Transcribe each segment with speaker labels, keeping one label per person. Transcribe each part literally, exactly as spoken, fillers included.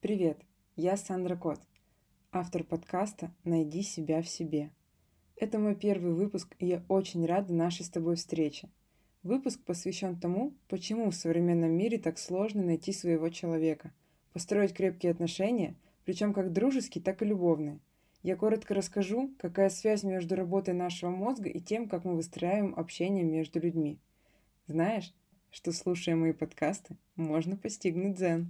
Speaker 1: Привет, я Сандра Кот, автор подкаста «Найди себя в себе». Это мой первый выпуск, и я очень рада нашей с тобой встрече. Выпуск посвящен тому, почему в современном мире так сложно найти своего человека, построить крепкие отношения, причем как дружеские, так и любовные. Я коротко расскажу, какая связь между работой нашего мозга и тем, как мы выстраиваем общение между людьми. Знаешь, что, слушая мои подкасты, можно постигнуть дзен.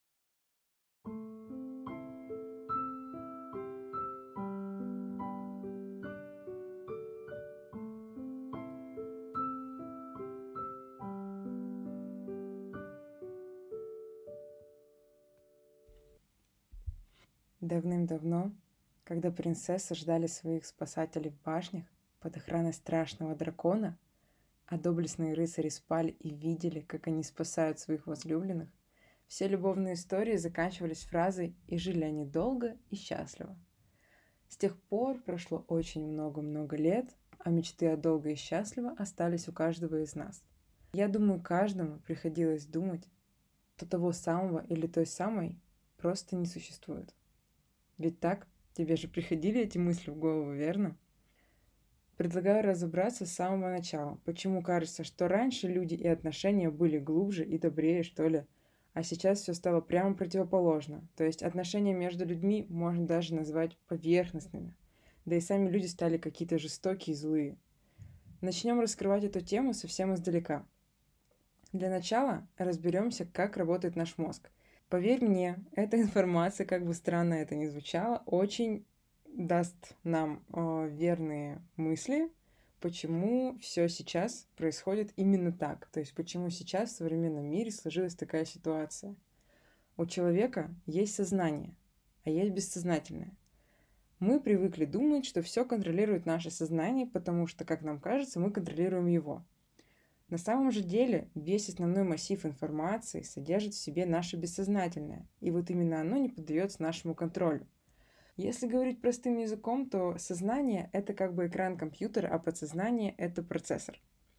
Speaker 1: Давным-давно, когда принцессы ждали своих спасателей в башнях под охраной страшного дракона, а доблестные рыцари спали и видели, как они спасают своих возлюбленных, все любовные истории заканчивались фразой «и жили они долго и счастливо». С тех пор прошло очень много-много лет, а мечты о долго и счастливо остались у каждого из нас. Я думаю, каждому приходилось думать, что того самого или той самой просто не существует. Ведь так? Тебе же приходили эти мысли в голову, верно? Предлагаю разобраться с самого начала. Почему кажется, что раньше люди и отношения были глубже и добрее, что ли, а сейчас все стало прямо противоположно. То есть отношения между людьми можно даже назвать поверхностными. Да и сами люди стали какие-то жестокие и злые. Начнем раскрывать эту тему совсем издалека. Для начала разберемся, как работает наш мозг. Поверь мне, эта информация, как бы странно это ни звучало, очень даст нам э, верные мысли, почему все сейчас происходит именно так. То есть почему сейчас в современном мире сложилась такая ситуация. У человека есть сознание, а есть бессознательное. Мы привыкли думать, что все контролирует наше сознание, потому что, как нам кажется, мы контролируем его. На самом же деле весь основной массив информации содержит в себе наше бессознательное, и вот именно оно не поддается нашему контролю. Если говорить простым языком, то сознание – это как бы экран компьютера, а подсознание – это процессор.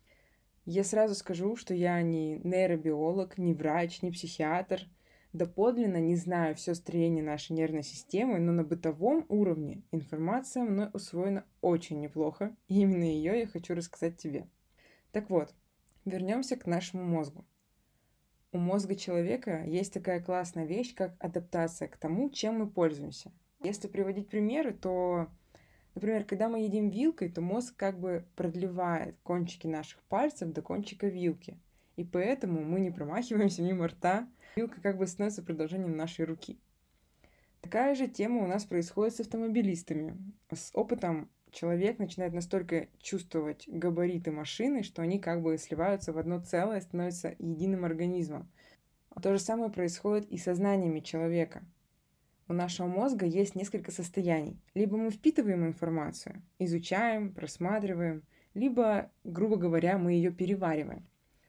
Speaker 1: Я сразу скажу, что я не нейробиолог, не врач, не психиатр, доподлинно не знаю все строение нашей нервной системы, но на бытовом уровне информация мной усвоена очень неплохо, и именно ее я хочу рассказать тебе. Так вот, вернемся к нашему мозгу. У мозга человека есть такая классная вещь, как адаптация к тому, чем мы пользуемся. Если приводить примеры, то, например, когда мы едим вилкой, то мозг как бы продлевает кончики наших пальцев до кончика вилки. И поэтому мы не промахиваемся мимо рта. Вилка как бы становится продолжением нашей руки. Такая же тема у нас происходит с автомобилистами. С опытом человек начинает настолько чувствовать габариты машины, что они как бы сливаются в одно целое, становятся единым организмом. То же самое происходит и со знаниями человека. У нашего мозга есть несколько состояний. Либо мы впитываем информацию, изучаем, просматриваем, либо, грубо говоря, мы ее перевариваем.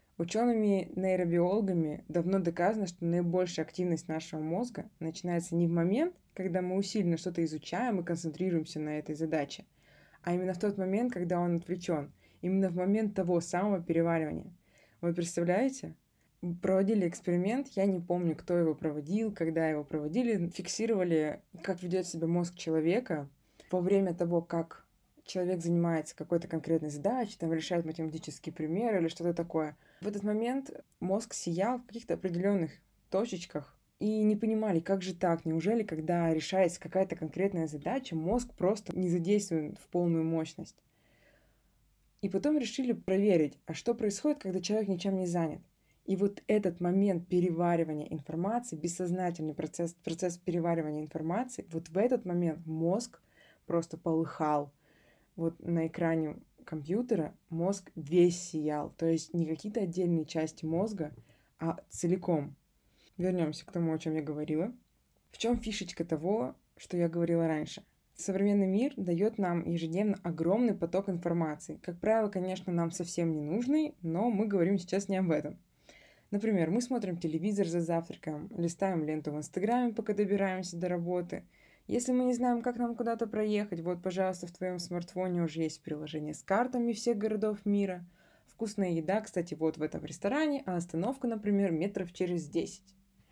Speaker 1: Учеными-нейробиологами давно доказано, что наибольшая активность нашего мозга начинается не в момент, когда мы усиленно что-то изучаем и концентрируемся на этой задаче, а именно в тот момент, когда он отвлечен, именно в момент того самого переваривания. Вы представляете? Проводили эксперимент, я не помню, кто его проводил, когда его проводили, фиксировали, как ведет себя мозг человека во время того, как человек занимается какой-то конкретной задачей, там решает математический пример или что-то такое. В этот момент мозг сиял в каких-то определенных точечках, и не понимали, как же так, неужели, когда решается какая-то конкретная задача, мозг просто не задействован в полную мощность. И потом решили проверить, а что происходит, когда человек ничем не занят. И вот этот момент переваривания информации, бессознательный процесс, процесс переваривания информации, вот в этот момент мозг просто полыхал. Вот на экране компьютера мозг весь сиял, то есть не какие-то отдельные части мозга, а целиком. Вернемся к тому, о чем я говорила. В чем фишечка того, что я говорила раньше? Современный мир дает нам ежедневно огромный поток информации. Как правило, конечно, нам совсем не нужный, но мы говорим сейчас не об этом. Например, мы смотрим телевизор за завтраком, листаем ленту в Инстаграме, пока добираемся до работы. Если мы не знаем, как нам куда-то проехать, вот, пожалуйста, в твоем смартфоне уже есть приложение с картами всех городов мира. Вкусная еда, кстати, вот в этом ресторане, а остановка, например, метров через десять.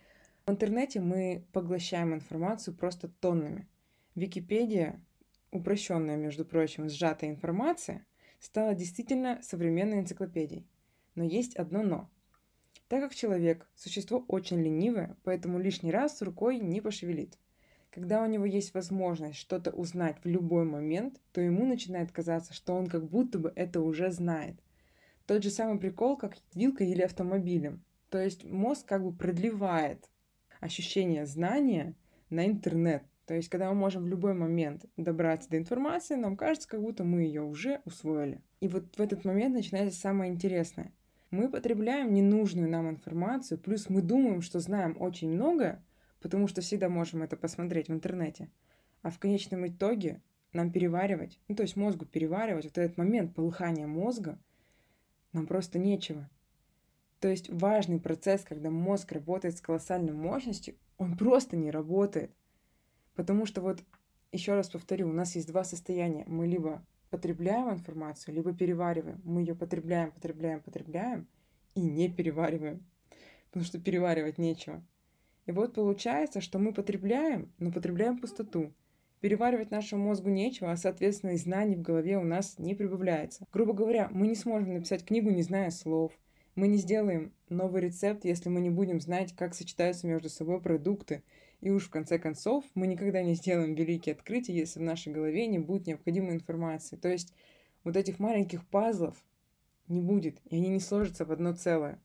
Speaker 1: В интернете мы поглощаем информацию просто тоннами. Википедия, упрощенная, между прочим, сжатая информация, стала действительно современной энциклопедией. Но есть одно «но». Так как человек – существо очень ленивое, поэтому лишний раз рукой не пошевелит. Когда у него есть возможность что-то узнать в любой момент, то ему начинает казаться, что он как будто бы это уже знает. Тот же самый прикол, как вилкой или автомобилем. То есть мозг как бы продлевает ощущение знания на интернет. То есть, когда мы можем в любой момент добраться до информации, нам кажется, как будто мы ее уже усвоили. И вот в этот момент начинается самое интересное. Мы потребляем ненужную нам информацию, плюс мы думаем, что знаем очень многое, потому что всегда можем это посмотреть в интернете. А в конечном итоге нам переваривать, ну то есть мозгу переваривать, вот этот момент полыхания мозга, нам просто нечего. То есть важный процесс, когда мозг работает с колоссальной мощностью, он просто не работает. Потому что вот, еще раз повторю, у нас есть два состояния. Мы либо потребляем информацию, либо перевариваем. Мы ее потребляем, потребляем, потребляем и не перевариваем. Потому что переваривать нечего. И вот получается, что мы потребляем, но потребляем пустоту. Переваривать нашему мозгу нечего, а, соответственно, и знаний в голове у нас не прибавляется. Грубо говоря, мы не сможем написать книгу, не зная слов. Мы не сделаем новый рецепт, если мы не будем знать, как сочетаются между собой продукты. И уж в конце концов, мы никогда не сделаем великие открытия, если в нашей голове не будет необходимой информации. То есть вот этих маленьких пазлов не будет, и они не сложатся в одно целое.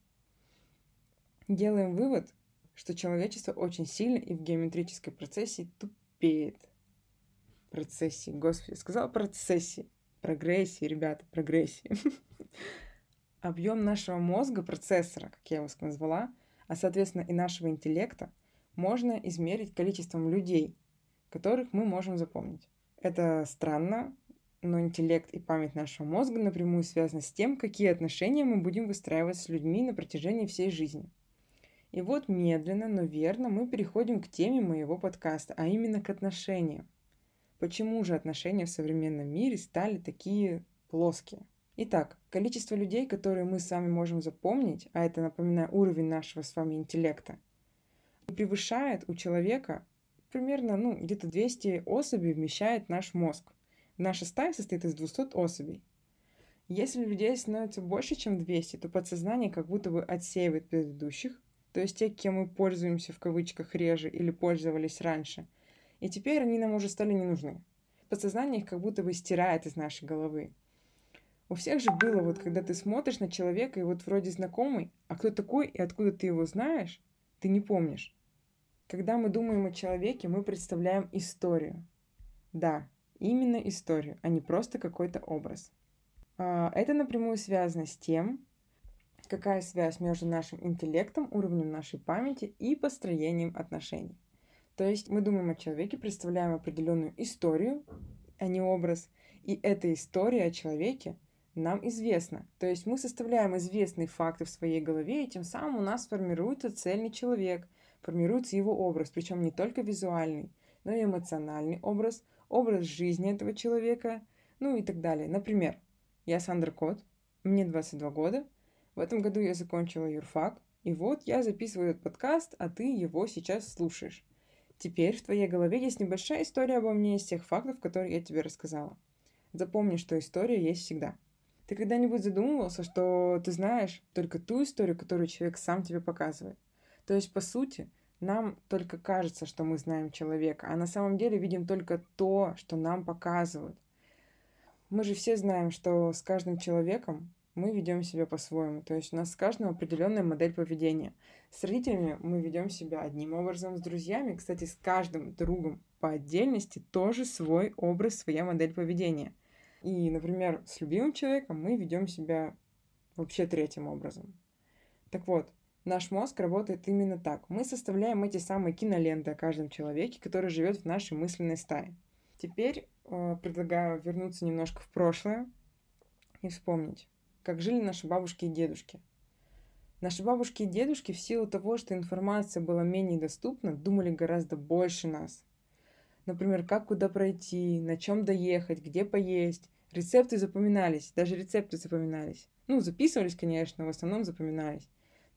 Speaker 1: Делаем вывод, что человечество очень сильно и в геометрической процессии тупеет. Процессии, господи, сказала процессии. Прогрессии, ребята, прогрессии. Объем нашего мозга, процессора, как я его назвала, а соответственно и нашего интеллекта, можно измерить количеством людей, которых мы можем запомнить. Это странно, но интеллект и память нашего мозга напрямую связаны с тем, какие отношения мы будем выстраивать с людьми на протяжении всей жизни. И вот медленно, но верно мы переходим к теме моего подкаста, а именно к отношениям. Почему же отношения в современном мире стали такие плоские? Итак, количество людей, которые мы с вами можем запомнить, а это, напоминаю, уровень нашего с вами интеллекта, превышает у человека примерно, ну, где-то двести особей вмещает наш мозг. Наша стая состоит из двухсот особей. Если людей становится больше, чем двести, то подсознание как будто бы отсеивает предыдущих, то есть те, кем мы пользуемся в кавычках реже или пользовались раньше, и теперь они нам уже стали не нужны. Подсознание их как будто бы стирает из нашей головы. У всех же было, вот когда ты смотришь на человека, и вот вроде знакомый, а кто такой и откуда ты его знаешь, ты не помнишь. Когда мы думаем о человеке, мы представляем историю. Да, именно историю, а не просто какой-то образ. Это напрямую связано с тем, какая связь между нашим интеллектом, уровнем нашей памяти и построением отношений. То есть мы думаем о человеке, представляем определенную историю, а не образ, и эта история о человеке нам известна. То есть мы составляем известные факты в своей голове, и тем самым у нас формируется цельный человек, формируется его образ, причем не только визуальный, но и эмоциональный образ, образ жизни этого человека, ну и так далее. Например, я Сандра Кот, мне двадцать два года, в этом году я закончила юрфак, и вот я записываю этот подкаст, а ты его сейчас слушаешь. Теперь в твоей голове есть небольшая история обо мне из тех фактов, которые я тебе рассказала. Запомни, что история есть всегда. Ты когда-нибудь задумывался, что ты знаешь только ту историю, которую человек сам тебе показывает? То есть, по сути, нам только кажется, что мы знаем человека, а на самом деле видим только то, что нам показывают. Мы же все знаем, что с каждым человеком мы ведем себя по-своему. То есть у нас с каждым определенная модель поведения. С родителями мы ведем себя одним образом, с друзьями, кстати, с каждым другом по отдельности тоже свой образ, своя модель поведения. И, например, с любимым человеком мы ведем себя вообще третьим образом. Так вот, наш мозг работает именно так. Мы составляем эти самые киноленты о каждом человеке, который живет в нашей мысленной стае. Теперь э, предлагаю вернуться немножко в прошлое и вспомнить, как жили наши бабушки и дедушки. Наши бабушки и дедушки в силу того, что информация была менее доступна, думали гораздо больше нас. Например, как куда пройти, на чем доехать, где поесть. Рецепты запоминались, даже рецепты запоминались. Ну, записывались, конечно, в основном запоминались.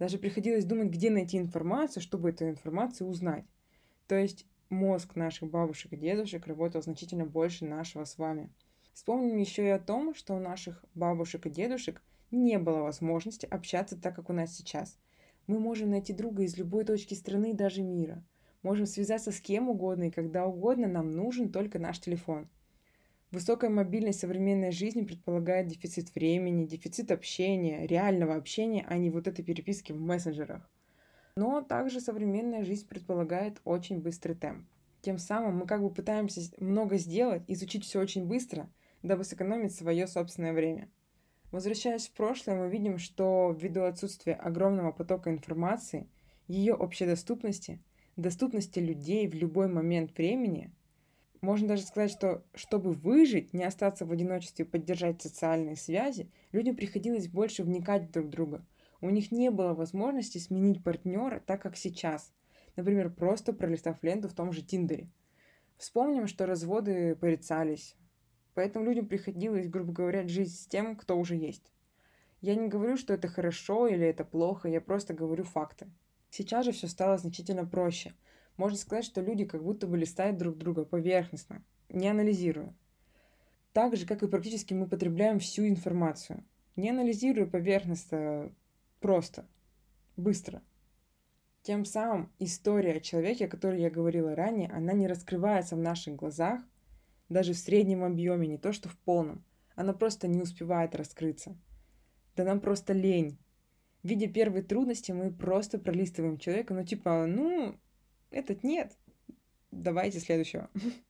Speaker 1: Даже приходилось думать, где найти информацию, чтобы эту информацию узнать. То есть мозг наших бабушек и дедушек работал значительно больше нашего с вами. Вспомним еще и о том, что у наших бабушек и дедушек не было возможности общаться так, как у нас сейчас. Мы можем найти друга из любой точки страны и даже мира. Можем связаться с кем угодно и когда угодно, нам нужен только наш телефон. Высокая мобильность современной жизни предполагает дефицит времени, дефицит общения, реального общения, а не вот этой переписки в мессенджерах. Но также современная жизнь предполагает очень быстрый темп. Тем самым мы как бы пытаемся много сделать, изучить все очень быстро, дабы сэкономить свое собственное время. Возвращаясь в прошлое, мы видим, что ввиду отсутствия огромного потока информации, ее общедоступности, доступности людей в любой момент времени, можно даже сказать, что чтобы выжить, не остаться в одиночестве и поддержать социальные связи, людям приходилось больше вникать в друг друга. У них не было возможности сменить партнера так, как сейчас. Например, просто пролистав ленту в том же Тиндере. Вспомним, что разводы порицались. Поэтому людям приходилось, грубо говоря, жить с тем, кто уже есть. Я не говорю, что это хорошо или это плохо, я просто говорю факты. Сейчас же все стало значительно проще. Можно сказать, что люди как будто бы листают друг друга поверхностно, не анализируя. Так же, как и практически мы потребляем всю информацию. Не анализируя поверхностно, просто, быстро. Тем самым история о человеке, о которой я говорила ранее, она не раскрывается в наших глазах, даже в среднем объеме, не то что в полном. Она просто не успевает раскрыться. Да нам просто лень. Видя первые трудности, мы просто пролистываем человека, ну типа, ну, этот нет, давайте следующего.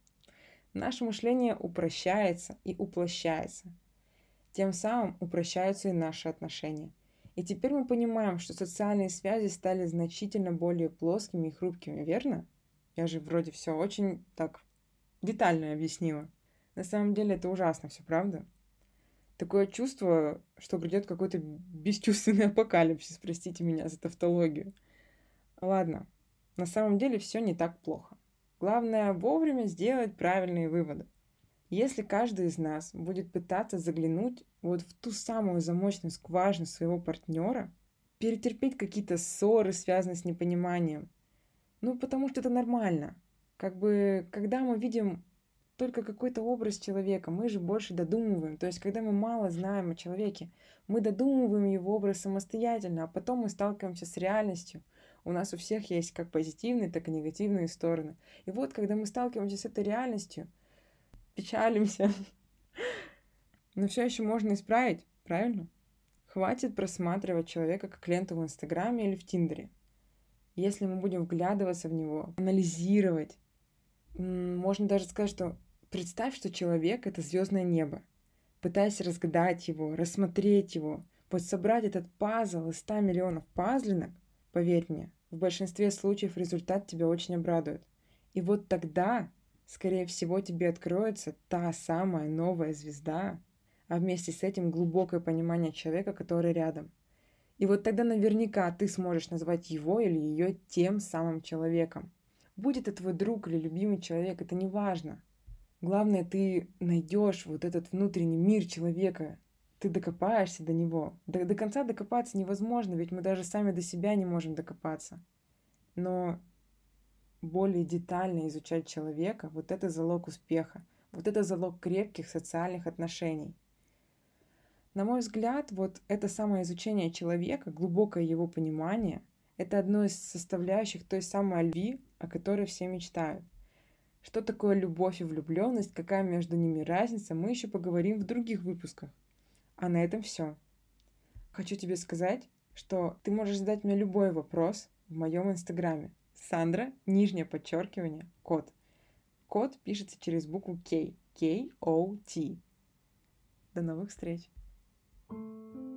Speaker 1: Наше мышление упрощается и уплощается. Тем самым упрощаются и наши отношения. И теперь мы понимаем, что социальные связи стали значительно более плоскими и хрупкими, верно? Я же вроде все очень так детально объяснила. На самом деле это ужасно все, правда? Такое чувство, что грядет какой-то бесчувственный апокалипсис, простите меня за тавтологию. Ладно, на самом деле все не так плохо. Главное вовремя сделать правильные выводы. Если каждый из нас будет пытаться заглянуть вот в ту самую замочную скважину своего партнера, перетерпеть какие-то ссоры, связанные с непониманием, ну потому что это нормально. Как бы, когда мы видим только какой-то образ человека, мы же больше додумываем. То есть, когда мы мало знаем о человеке, мы додумываем его образ самостоятельно, а потом мы сталкиваемся с реальностью. У нас у всех есть как позитивные, так и негативные стороны. И вот, когда мы сталкиваемся с этой реальностью, печалимся, но все еще можно исправить, правильно? Хватит просматривать человека как ленту в Инстаграме или в Тиндере. Если мы будем вглядываться в него, анализировать, можно даже сказать, что представь, что человек — это звездное небо. Пытаясь разгадать его, рассмотреть его, вот собрать этот пазл из ста миллионов пазлинок, поверь мне, в большинстве случаев результат тебя очень обрадует. И вот тогда, скорее всего, тебе откроется та самая новая звезда, а вместе с этим глубокое понимание человека, который рядом. И вот тогда наверняка ты сможешь назвать его или ее тем самым человеком. Будь это твой друг или любимый человек, это не важно. Главное, ты найдешь вот этот внутренний мир человека. Ты докопаешься до него. До, до конца докопаться невозможно, ведь мы даже сами до себя не можем докопаться. Но более детально изучать человека, вот это залог успеха. Вот это залог крепких социальных отношений. На мой взгляд, вот это самое изучение человека, глубокое его понимание, это одно из составляющих той самой любви, о которой все мечтают. Что такое любовь и влюбленность, какая между ними разница, мы еще поговорим в других выпусках. А на этом все. Хочу тебе сказать, что ты можешь задать мне любой вопрос в моем инстаграме. Сандра, нижнее подчеркивание, кот. Кот пишется через букву K. K O T. До новых встреч! thank you